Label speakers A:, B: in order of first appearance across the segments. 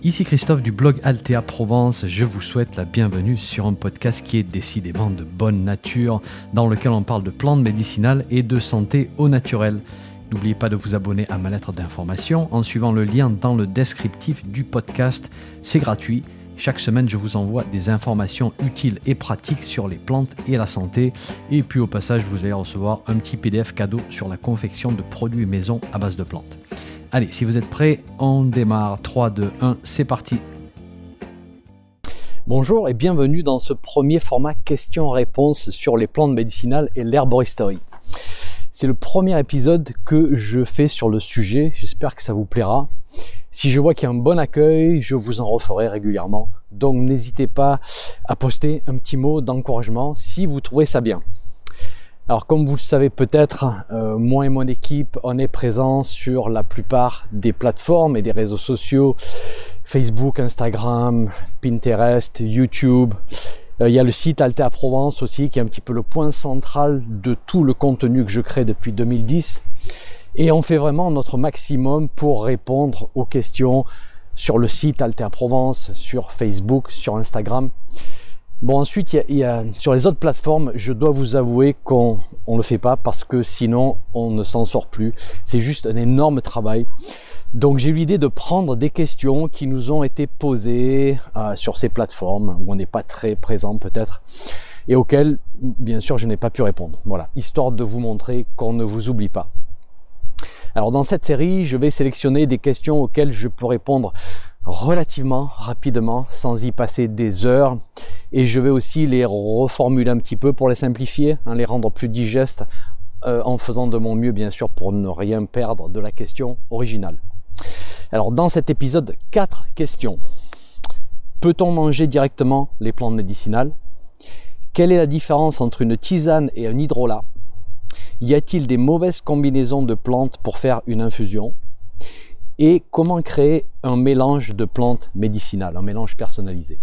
A: Ici Christophe du blog Altea Provence, je vous souhaite la bienvenue sur un podcast qui est décidément de bonne nature, dans lequel on parle de plantes médicinales et de santé au naturel. N'oubliez pas de vous abonner à ma lettre d'information en suivant le lien dans le descriptif du podcast, c'est gratuit. Chaque semaine, je vous envoie des informations utiles et pratiques sur les plantes et la santé. Et puis au passage, vous allez recevoir un petit PDF cadeau sur la confection de produits maison à base de plantes. Allez, si vous êtes prêts, on démarre. 3, 2, 1, c'est parti. Bonjour et bienvenue dans ce premier format questions-réponses sur les plantes médicinales et l'herboristerie. C'est le premier épisode que je fais sur le sujet, j'espère que ça vous plaira. Si je vois qu'il y a un bon accueil, je vous en referai régulièrement. Donc n'hésitez pas à poster un petit mot d'encouragement si vous trouvez ça bien. Alors comme vous le savez peut-être, moi et mon équipe, on est présents sur la plupart des plateformes et des réseaux sociaux, Facebook, Instagram, Pinterest, YouTube. Il y a le site Altea Provence aussi qui est un petit peu le point central de tout le contenu que je crée depuis 2010. Et on fait vraiment notre maximum pour répondre aux questions sur le site Altea Provence, sur Facebook, sur Instagram. Bon, ensuite, il y a sur les autres plateformes, je dois vous avouer qu'on le fait pas parce que sinon, on ne s'en sort plus. C'est juste un énorme travail. Donc, j'ai eu l'idée de prendre des questions qui nous ont été posées sur ces plateformes où on n'est pas très présent peut-être et auxquelles, bien sûr, je n'ai pas pu répondre. Voilà, histoire de vous montrer qu'on ne vous oublie pas. Alors, dans cette série, je vais sélectionner des questions auxquelles je peux répondre relativement rapidement, sans y passer des heures. Et je vais aussi les reformuler un petit peu pour les simplifier, les rendre plus digestes, en faisant de mon mieux, bien sûr, pour ne rien perdre de la question originale. Alors, dans cet épisode, 4 questions. Peut-on manger directement les plantes médicinales? Quelle est la différence entre une tisane et un hydrolat? Y a-t-il des mauvaises combinaisons de plantes pour faire une infusion? Et comment créer un mélange de plantes médicinales, un mélange personnalisé?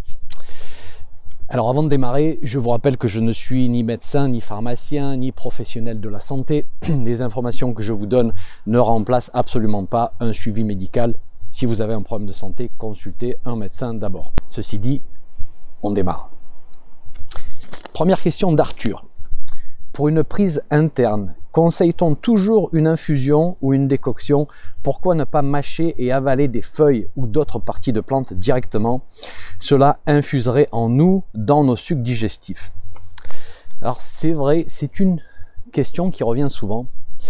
A: Alors avant de démarrer, je vous rappelle que je ne suis ni médecin, ni pharmacien, ni professionnel de la santé. Les informations que je vous donne ne remplacent absolument pas un suivi médical. Si vous avez un problème de santé, consultez un médecin d'abord. Ceci dit, on démarre. Première question d'Arthur. Pour une prise interne, conseille-t-on toujours une infusion ou une décoction? Pourquoi ne pas mâcher et avaler des feuilles ou d'autres parties de plantes directement? Cela infuserait en nous dans nos sucs digestifs. Alors c'est vrai, c'est une question qui revient souvent.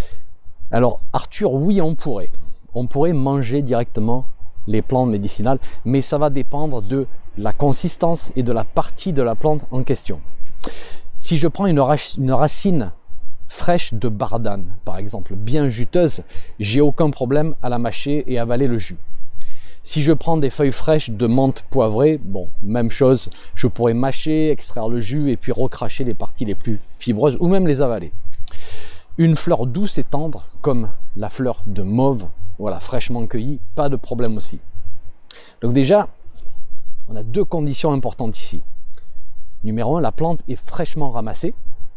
A: Alors Arthur, oui, on pourrait manger directement les plantes médicinales, mais ça va dépendre de la consistance et de la partie de la plante en question. Si je prends une racine fraîche de bardane, par exemple, bien juteuse, j'ai aucun problème à la mâcher et avaler le jus. Si je prends des feuilles fraîches de menthe poivrée, bon, même chose, je pourrais mâcher, extraire le jus et puis recracher les parties les plus fibreuses ou même les avaler. Une fleur douce et tendre, comme la fleur de mauve, voilà, fraîchement cueillie, pas de problème aussi. Donc déjà, on a 2 conditions importantes ici. Numéro 1, la plante est fraîchement ramassée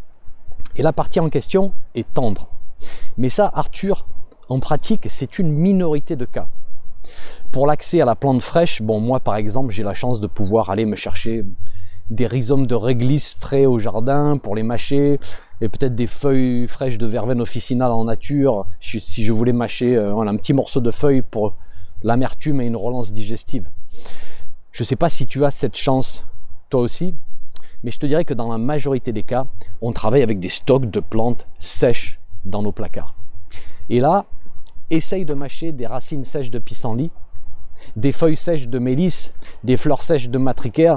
A: et la partie en question est tendre. Mais ça, Arthur, en pratique, c'est une minorité de cas. Pour l'accès à la plante fraîche, bon, moi par exemple, j'ai la chance de pouvoir aller me chercher des rhizomes de réglisse frais au jardin pour les mâcher et peut-être des feuilles fraîches de verveine officinale en nature si je voulais mâcher un petit morceau de feuille pour l'amertume et une relance digestive. Je ne sais pas si tu as cette chance toi aussi, mais je te dirais que dans la majorité des cas, on travaille avec des stocks de plantes sèches dans nos placards. Et là, essaye de mâcher des racines sèches de pissenlit, des feuilles sèches de mélisse, des fleurs sèches de matricaire.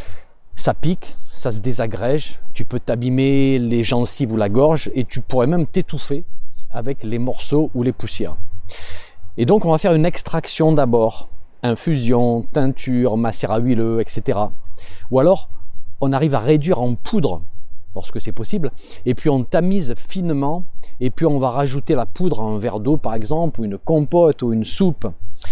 A: Ça pique, ça se désagrège, tu peux t'abîmer les gencives ou la gorge et tu pourrais même t'étouffer avec les morceaux ou les poussières. Et donc on va faire une extraction d'abord, infusion, teinture, macérat huileux, etc. Ou alors, on arrive à réduire en poudre, lorsque c'est possible, et puis on tamise finement, et puis on va rajouter la poudre à un verre d'eau par exemple, ou une compote, ou une soupe.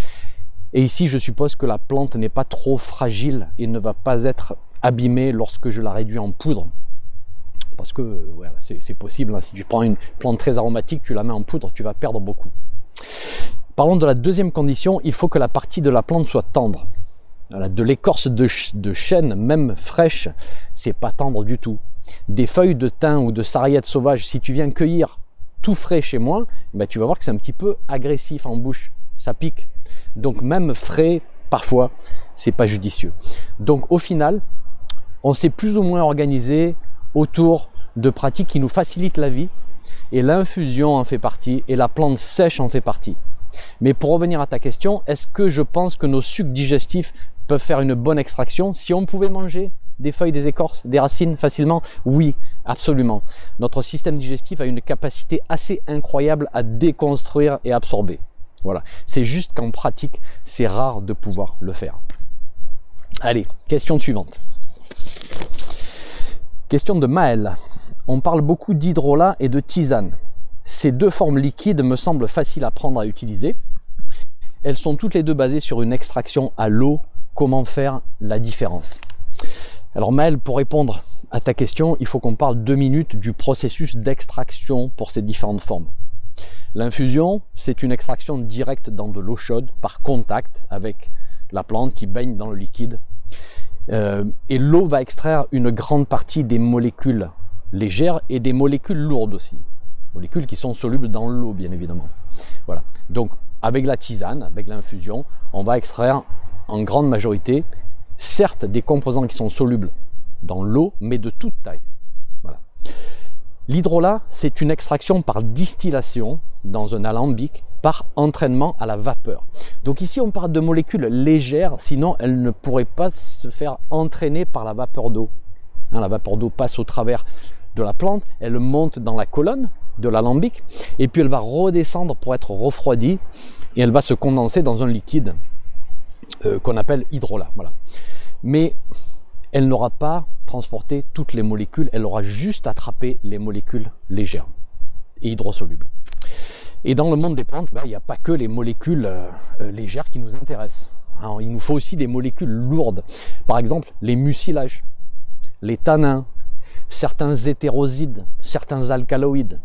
A: Et ici, je suppose que la plante n'est pas trop fragile et ne va pas être abîmée lorsque je la réduis en poudre. Parce que voilà, c'est possible, si tu prends une plante très aromatique, tu la mets en poudre, tu vas perdre beaucoup. Parlons de la deuxième condition, il faut que la partie de la plante soit tendre. Voilà, de l'écorce de chêne, même fraîche, c'est pas tendre du tout. Des feuilles de thym ou de sarriette sauvage, si tu viens cueillir tout frais chez moi, ben tu vas voir que c'est un petit peu agressif en bouche, ça pique. Donc même frais, parfois, c'est pas judicieux. Donc au final, on s'est plus ou moins organisé autour de pratiques qui nous facilitent la vie, et l'infusion en fait partie, et la plante sèche en fait partie. Mais pour revenir à ta question, est-ce que je pense que nos sucs digestifs peuvent faire une bonne extraction si on pouvait manger des feuilles, des écorces, des racines facilement? Oui, absolument. Notre système digestif a une capacité assez incroyable à déconstruire et absorber. Voilà. C'est juste qu'en pratique, c'est rare de pouvoir le faire. Allez, question suivante. Question de Maël. On parle beaucoup d'hydrolat et de tisane. Ces deux formes liquides me semblent faciles à prendre à utiliser. Elles sont toutes les deux basées sur une extraction à l'eau. Comment faire la différence? Alors Maël, pour répondre à ta question, il faut qu'on parle 2 minutes du processus d'extraction pour ces différentes formes. L'infusion, c'est une extraction directe dans de l'eau chaude par contact avec la plante qui baigne dans le liquide. Et l'eau va extraire une grande partie des molécules légères et des molécules lourdes aussi. Molécules qui sont solubles dans l'eau, bien évidemment. Voilà. Donc, avec la tisane, avec l'infusion, on va extraire en grande majorité, certes, des composants qui sont solubles dans l'eau, mais de toute taille. Voilà. L'hydrolat, c'est une extraction par distillation dans un alambic, par entraînement à la vapeur. Donc ici, on parle de molécules légères, sinon elles ne pourraient pas se faire entraîner par la vapeur d'eau. La vapeur d'eau passe au travers de la plante, elle monte dans la colonne de l'alambic, et puis elle va redescendre pour être refroidie, et elle va se condenser dans un liquide qu'on appelle hydrolat. Voilà. Mais elle n'aura pas transporté toutes les molécules, elle aura juste attrapé les molécules légères et hydrosolubles. Et dans le monde des plantes, il n'y a pas que les molécules légères qui nous intéressent. Alors, il nous faut aussi des molécules lourdes. Par exemple, les mucilages, les tanins, certains hétérosides, certains alcaloïdes.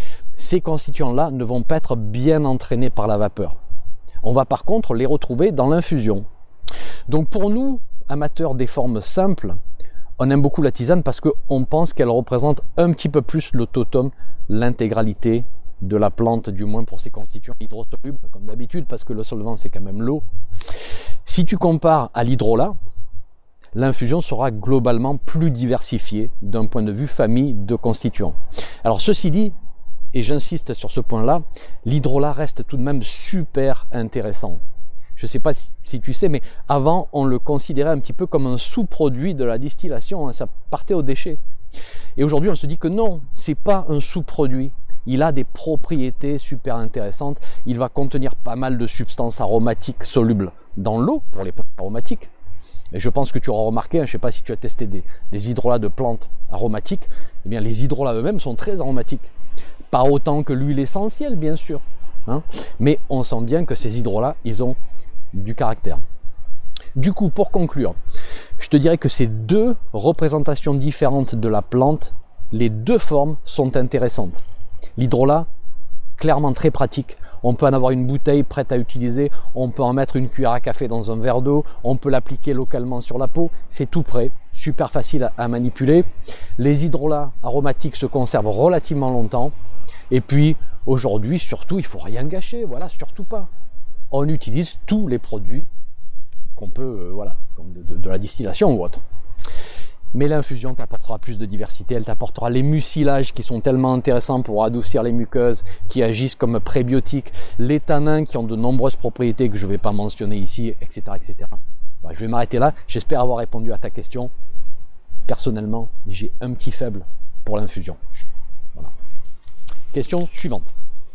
A: Ces constituants-là ne vont pas être bien entraînés par la vapeur. On va par contre les retrouver dans l'infusion. Donc pour nous, amateurs des formes simples, on aime beaucoup la tisane parce qu'on pense qu'elle représente un petit peu plus le totem, l'intégralité de la plante, du moins pour ses constituants hydrosolubles, comme d'habitude, parce que le solvant c'est quand même l'eau. Si tu compares à l'hydrolat, l'infusion sera globalement plus diversifiée d'un point de vue famille de constituants. Alors ceci dit, et j'insiste sur ce point-là, l'hydrolat reste tout de même super intéressant. Je ne sais pas si tu sais, mais avant, on le considérait un petit peu comme un sous-produit de la distillation, ça partait aux déchets. Et aujourd'hui, on se dit que non, c'est pas un sous-produit. Il a des propriétés super intéressantes. Il va contenir pas mal de substances aromatiques solubles dans l'eau pour les plantes aromatiques. Et je pense que tu auras remarqué, je ne sais pas si tu as testé des hydrolats de plantes aromatiques, eh bien les hydrolats eux-mêmes sont très aromatiques. Pas autant que l'huile essentielle, bien sûr. Mais on sent bien que ces hydrolats, ils ont du caractère. Du coup, pour conclure, je te dirais que ces deux représentations différentes de la plante, les deux formes sont intéressantes. L'hydrolat, clairement très pratique. On peut en avoir une bouteille prête à utiliser, on peut en mettre une cuillère à café dans un verre d'eau, on peut l'appliquer localement sur la peau, c'est tout prêt, super facile à manipuler. Les hydrolats aromatiques se conservent relativement longtemps. Et puis, aujourd'hui, surtout, il ne faut rien gâcher, voilà, surtout pas. On utilise tous les produits qu'on peut, de la distillation ou autre. Mais l'infusion t'apportera plus de diversité, elle t'apportera les mucilages qui sont tellement intéressants pour adoucir les muqueuses, qui agissent comme prébiotiques, les tanins qui ont de nombreuses propriétés que je ne vais pas mentionner ici, etc. etc. Je vais m'arrêter là, j'espère avoir répondu à ta question. Personnellement, j'ai un petit faible pour l'infusion. Voilà. Question suivante.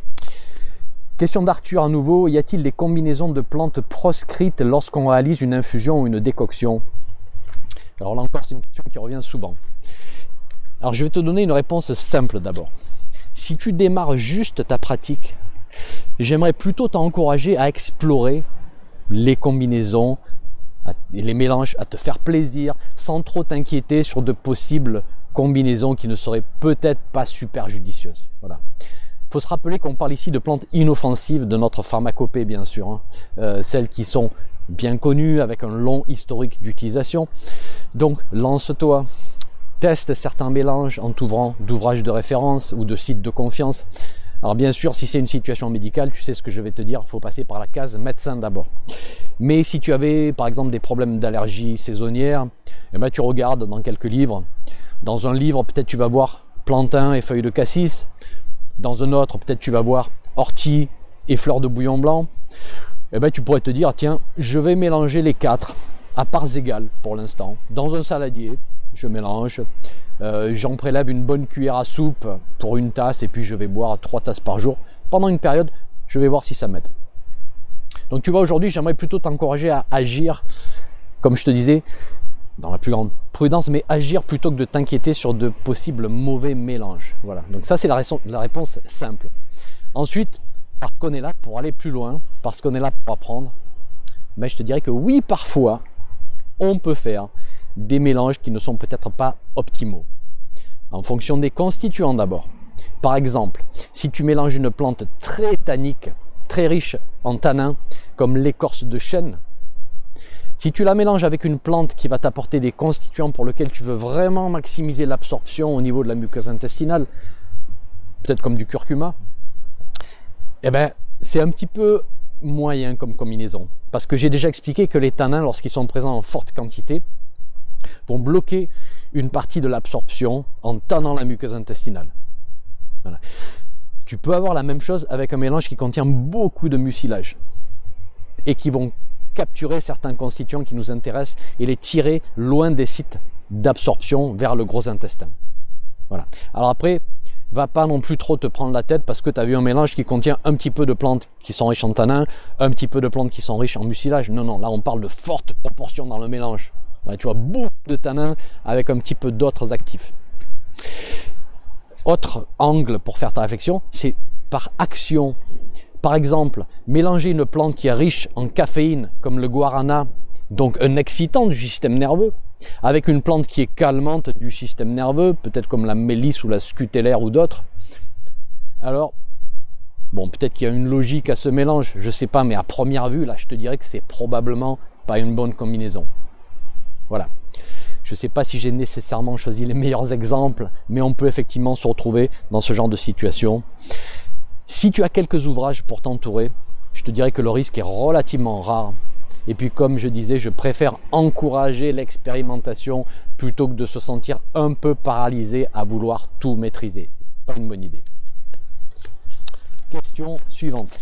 A: Question d'Arthur à nouveau, y a-t-il des combinaisons de plantes proscrites lorsqu'on réalise une infusion ou une décoction? Alors là encore, c'est une question qui revient souvent. Alors je vais te donner une réponse simple d'abord. Si tu démarres juste ta pratique, j'aimerais plutôt t'encourager à explorer les combinaisons, les mélanges, à te faire plaisir, sans trop t'inquiéter sur de possibles combinaisons qui ne seraient peut-être pas super judicieuses. Voilà. faut se rappeler qu'on parle ici de plantes inoffensives de notre pharmacopée, bien sûr, hein. Celles qui sont bien connues, avec un long historique d'utilisation. Donc, lance-toi, teste certains mélanges en t'ouvrant d'ouvrages de référence ou de sites de confiance. Alors bien sûr, si c'est une situation médicale, tu sais ce que je vais te dire, il faut passer par la case médecin d'abord. Mais si tu avais par exemple des problèmes d'allergie saisonnière, eh ben, tu regardes dans quelques livres. Dans un livre, peut-être tu vas voir plantain et feuilles de cassis. Dans un autre, peut-être tu vas voir ortie et fleurs de bouillon blanc. Eh ben, tu pourrais te dire, tiens, je vais mélanger les 4 à parts égales pour l'instant. Dans un saladier, je mélange. J'en prélève une bonne cuillère à soupe pour une tasse et puis je vais boire 3 tasses par jour. Pendant une période, je vais voir si ça m'aide. Donc tu vois, aujourd'hui, j'aimerais plutôt t'encourager à agir, comme je te disais, dans la plus grande prudence, mais agir plutôt que de t'inquiéter sur de possibles mauvais mélanges. Voilà, donc ça c'est la réponse simple. Ensuite, parce qu'on est là pour aller plus loin, parce qu'on est là pour apprendre, ben, je te dirais que oui, parfois, on peut faire des mélanges qui ne sont peut-être pas optimaux. En fonction des constituants d'abord. Par exemple, si tu mélanges une plante très tannique, très riche en tanins, comme l'écorce de chêne, si tu la mélanges avec une plante qui va t'apporter des constituants pour lesquels tu veux vraiment maximiser l'absorption au niveau de la muqueuse intestinale, peut-être comme du curcuma, eh ben, c'est un petit peu moyen comme combinaison. Parce que j'ai déjà expliqué que les tanins, lorsqu'ils sont présents en forte quantité, vont bloquer une partie de l'absorption en tannant la muqueuse intestinale. Voilà. Tu peux avoir la même chose avec un mélange qui contient beaucoup de mucilage et qui vont capturer certains constituants qui nous intéressent et les tirer loin des sites d'absorption vers le gros intestin. Voilà. Alors après, va pas non plus trop te prendre la tête parce que tu as vu un mélange qui contient un petit peu de plantes qui sont riches en tanins, un petit peu de plantes qui sont riches en mucilage. Non, non, là on parle de fortes proportions dans le mélange. Voilà, tu vois, beaucoup de tanins avec un petit peu d'autres actifs. Autre angle pour faire ta réflexion, c'est par action. Par exemple, mélanger une plante qui est riche en caféine, comme le guarana, donc un excitant du système nerveux, avec une plante qui est calmante du système nerveux, peut-être comme la mélisse ou la scutellaire ou d'autres. Alors, bon, peut-être qu'il y a une logique à ce mélange, je ne sais pas, mais à première vue, là, je te dirais que c'est probablement pas une bonne combinaison. Voilà. Je ne sais pas si j'ai nécessairement choisi les meilleurs exemples, mais on peut effectivement se retrouver dans ce genre de situation. Si tu as quelques ouvrages pour t'entourer, je te dirais que le risque est relativement rare. Et puis comme je disais, je préfère encourager l'expérimentation plutôt que de se sentir un peu paralysé à vouloir tout maîtriser. Pas une bonne idée. Question suivante.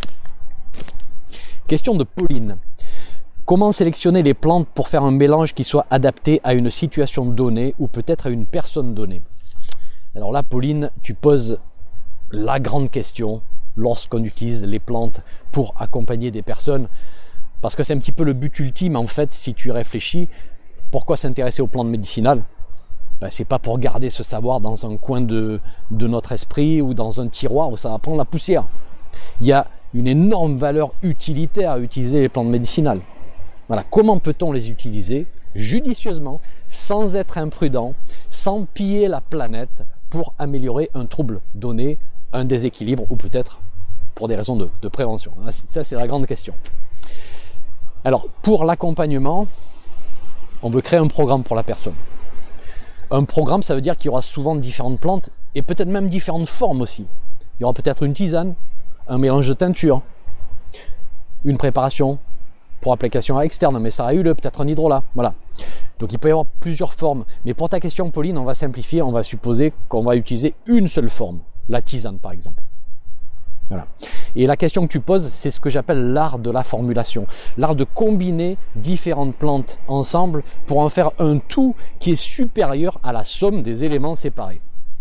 A: Question de Pauline. Comment sélectionner les plantes pour faire un mélange qui soit adapté à une situation donnée ou peut-être à une personne donnée? Alors là, Pauline, tu poses la grande question lorsqu'on utilise les plantes pour accompagner des personnes, parce que c'est un petit peu le but ultime en fait, si tu réfléchis. Pourquoi s'intéresser aux plantes médicinales? C'est pas pour garder ce savoir dans un coin de notre esprit ou dans un tiroir où ça va prendre la poussière. Il y a une énorme valeur utilitaire à utiliser les plantes médicinales. Voilà, comment peut-on les utiliser judicieusement, sans être imprudent, sans piller la planète pour améliorer un trouble donné, un déséquilibre ou peut-être pour des raisons de prévention. Ça, c'est la grande question. Alors, pour l'accompagnement, on veut créer un programme pour la personne. Un programme, ça veut dire qu'il y aura souvent différentes plantes et peut-être même différentes formes aussi. Il y aura peut-être une tisane, un mélange de teinture, une préparation pour application externe, mais ça a eu peut-être un hydrolat. Voilà. Donc il peut y avoir plusieurs formes. Mais pour ta question, Pauline, on va simplifier, on va supposer qu'on va utiliser une seule forme, la tisane par exemple. Voilà. Et la question que tu poses, c'est ce que j'appelle l'art de la formulation. L'art de combiner différentes plantes ensemble pour en faire un tout qui est supérieur à la somme des éléments séparés.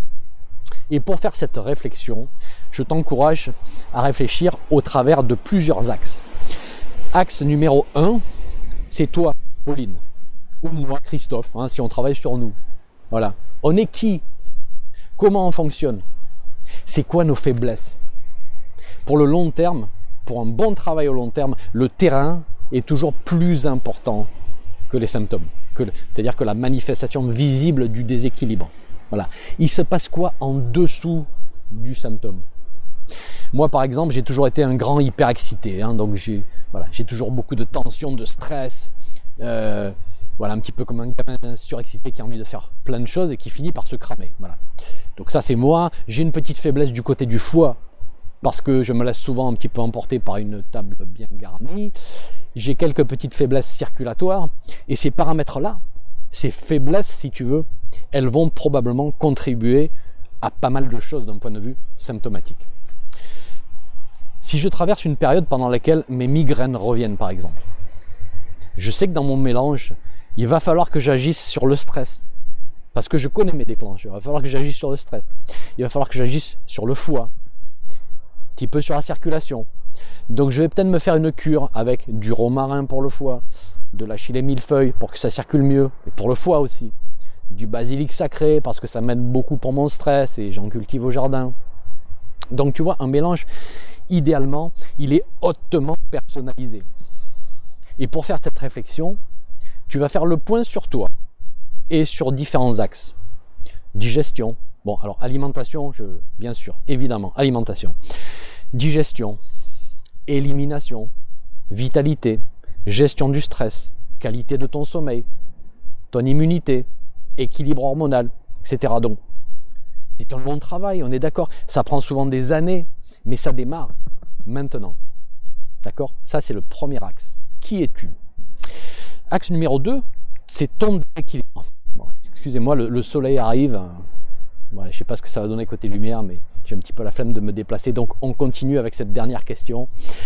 A: Et pour faire cette réflexion, je t'encourage à réfléchir au travers de plusieurs axes. Axe numéro 1, c'est toi, Pauline, ou moi, Christophe, si on travaille sur nous. Voilà. On est qui? Comment on fonctionne? C'est quoi nos faiblesses? Pour le long terme, pour un bon travail au long terme, le terrain est toujours plus important que les symptômes, c'est-à-dire que la manifestation visible du déséquilibre. Voilà. Il se passe quoi en dessous du symptôme? Moi, par exemple, j'ai toujours été un grand hyperexcité, hein, donc j'ai toujours beaucoup de tension, de stress, voilà, un petit peu comme un gamin surexcité qui a envie de faire plein de choses et qui finit par se cramer. Voilà. Donc ça, c'est moi. J'ai une petite faiblesse du côté du foie parce que je me laisse souvent un petit peu emporter par une table bien garnie. J'ai quelques petites faiblesses circulatoires et ces paramètres-là, ces faiblesses, si tu veux, elles vont probablement contribuer à pas mal de choses d'un point de vue symptomatique. Si je traverse une période pendant laquelle mes migraines reviennent, par exemple, je sais que dans mon mélange, il va falloir que j'agisse sur le stress. Parce que je connais mes déclencheurs. Il va falloir que j'agisse sur le stress. Il va falloir que j'agisse sur le foie. Un petit peu sur la circulation. Donc je vais peut-être me faire une cure avec du romarin pour le foie, de la chilée millefeuille pour que ça circule mieux, et pour le foie aussi. Du basilic sacré parce que ça m'aide beaucoup pour mon stress et j'en cultive au jardin. Donc tu vois, un mélange, idéalement, il est hautement personnalisé. Et pour faire cette réflexion, tu vas faire le point sur toi et sur différents axes. Digestion. Bon, alors alimentation, bien sûr, évidemment, alimentation. Digestion, élimination, vitalité, gestion du stress, qualité de ton sommeil, ton immunité, équilibre hormonal, etc. Donc, c'est un long travail, on est d'accord. Ça prend souvent des années, mais ça démarre maintenant. D'accord? Ça, c'est le premier axe. Qui es-tu? Axe numéro 2, c'est ton équilibre. Bon, excusez-moi, le soleil arrive. Bon, je ne sais pas ce que ça va donner côté lumière, mais j'ai un petit peu la flemme de me déplacer. Donc, on continue avec cette dernière question.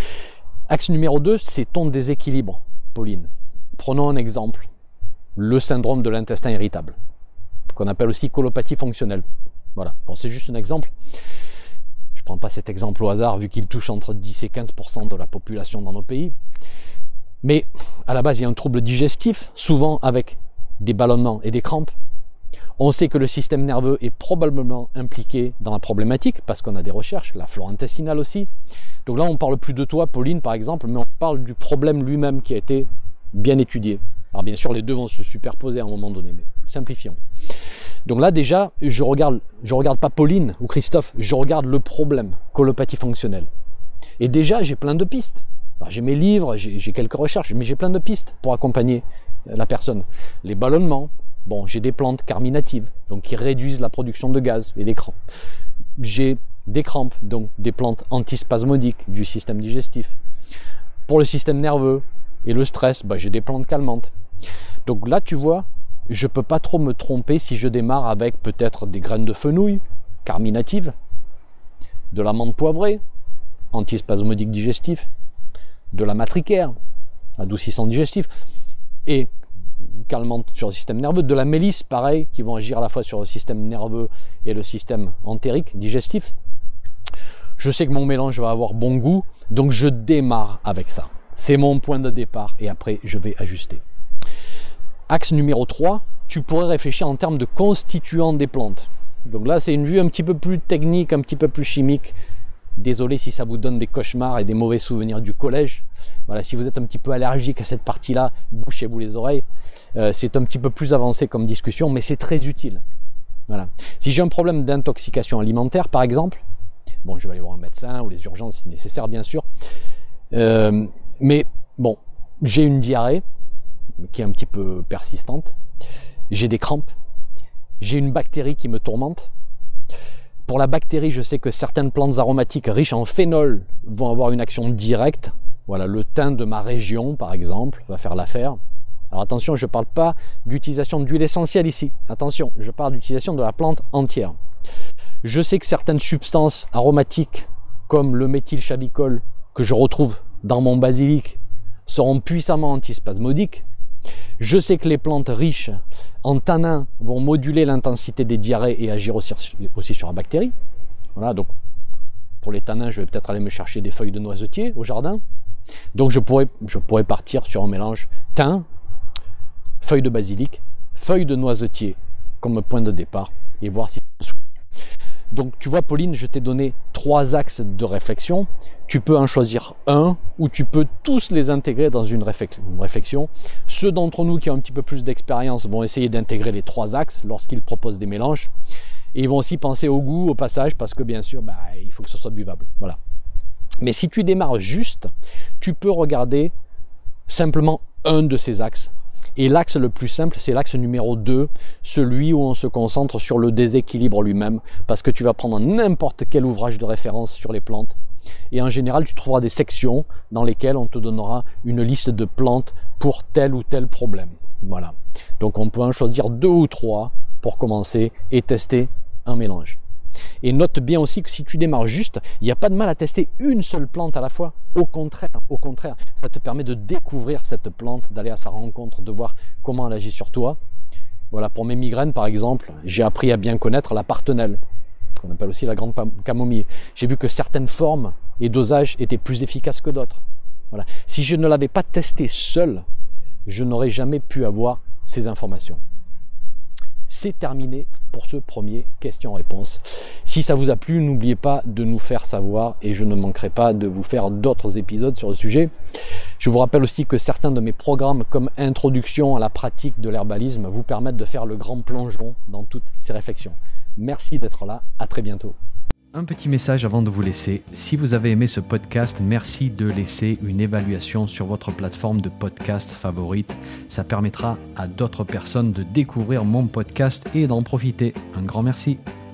A: Axe numéro 2, c'est ton déséquilibre, Pauline. Prenons un exemple. Le syndrome de l'intestin irritable, qu'on appelle aussi colopathie fonctionnelle. Voilà, bon, c'est juste un exemple. Je ne prends pas cet exemple au hasard, vu qu'il touche entre 10 et 15% de la population dans nos pays. Mais à la base, il y a un trouble digestif, souvent avec des ballonnements et des crampes. On sait que le système nerveux est probablement impliqué dans la problématique, parce qu'on a des recherches, la flore intestinale aussi. Donc là, on ne parle plus de toi, Pauline, par exemple, mais on parle du problème lui-même qui a été bien étudié. Alors bien sûr, les deux vont se superposer à un moment donné, mais simplifions. Donc là, déjà, je regarde pas Pauline ou Christophe, je regarde le problème, colopathie fonctionnelle. Et déjà, j'ai plein de pistes. Alors, j'ai mes livres, j'ai quelques recherches, mais j'ai plein de pistes pour accompagner la personne. Les ballonnements, bon, j'ai des plantes carminatives, donc qui réduisent la production de gaz et des crampes. J'ai des crampes, donc des plantes antispasmodiques du système digestif. Pour le système nerveux et le stress, j'ai des plantes calmantes. Donc là, tu vois, je ne peux pas trop me tromper si je démarre avec peut-être des graines de fenouil carminatives, de la menthe poivrée, antispasmodique digestif, de la matricaire, adoucissant digestif, et calmante sur le système nerveux, de la mélisse, pareil, qui vont agir à la fois sur le système nerveux et le système entérique, digestif. Je sais que mon mélange va avoir bon goût, donc je démarre avec ça. C'est mon point de départ et après je vais ajuster. Axe numéro 3, tu pourrais réfléchir en termes de constituants des plantes. Donc là, c'est une vue un petit peu plus technique, un petit peu plus chimique. Désolé si ça vous donne des cauchemars et des mauvais souvenirs du collège. Voilà, si vous êtes un petit peu allergique à cette partie-là, bouchez-vous les oreilles. C'est un petit peu plus avancé comme discussion, mais c'est très utile. Voilà. Si j'ai un problème d'intoxication alimentaire, par exemple, bon, je vais aller voir un médecin ou les urgences si nécessaire, bien sûr. Mais bon, j'ai une diarrhée qui est un petit peu persistante. J'ai des crampes. J'ai une bactérie qui me tourmente. Pour la bactérie, je sais que certaines plantes aromatiques riches en phénol vont avoir une action directe. Voilà, le thym de ma région, par exemple, va faire l'affaire. Alors attention, je ne parle pas d'utilisation d'huile essentielle ici. Attention, je parle d'utilisation de la plante entière. Je sais que certaines substances aromatiques, comme le méthylchavicol, que je retrouve dans mon basilic, seront puissamment antispasmodiques. Je sais que les plantes riches en tanins vont moduler l'intensité des diarrhées et agir aussi sur la bactérie. Voilà, donc pour les tanins, je vais peut-être aller me chercher des feuilles de noisetier au jardin. Donc je pourrais partir sur un mélange thym, feuilles de basilic, feuilles de noisetier comme point de départ et voir si... Donc tu vois Pauline, je t'ai donné 3 axes de réflexion. Tu peux en choisir un ou tu peux tous les intégrer dans une réflexion. Ceux d'entre nous qui ont un petit peu plus d'expérience vont essayer d'intégrer les 3 axes lorsqu'ils proposent des mélanges. Et ils vont aussi penser au goût, au passage, parce que bien sûr, il faut que ce soit buvable. Voilà. Mais si tu démarres juste, tu peux regarder simplement un de ces axes. Et l'axe le plus simple, c'est l'axe numéro 2, celui où on se concentre sur le déséquilibre lui-même, parce que tu vas prendre n'importe quel ouvrage de référence sur les plantes. Et en général, tu trouveras des sections dans lesquelles on te donnera une liste de plantes pour tel ou tel problème. Voilà. Donc on peut en choisir 2 ou 3 pour commencer et tester un mélange. Et note bien aussi que si tu démarres juste, il n'y a pas de mal à tester une seule plante à la fois. Au contraire, ça te permet de découvrir cette plante, d'aller à sa rencontre, de voir comment elle agit sur toi. Voilà, pour mes migraines par exemple, j'ai appris à bien connaître la partenelle, qu'on appelle aussi la grande camomille. J'ai vu que certaines formes et dosages étaient plus efficaces que d'autres. Voilà. Si je ne l'avais pas testé seul, je n'aurais jamais pu avoir ces informations. C'est terminé pour ce premier question-réponse. Si ça vous a plu, n'oubliez pas de nous faire savoir et je ne manquerai pas de vous faire d'autres épisodes sur le sujet. Je vous rappelle aussi que certains de mes programmes comme Introduction à la pratique de l'herbalisme vous permettent de faire le grand plongeon dans toutes ces réflexions. Merci d'être là, à très bientôt. Un petit message avant de vous laisser. Si vous avez aimé ce podcast, merci de laisser une évaluation sur votre plateforme de podcast favorite. Ça permettra à d'autres personnes de découvrir mon podcast et d'en profiter. Un grand merci.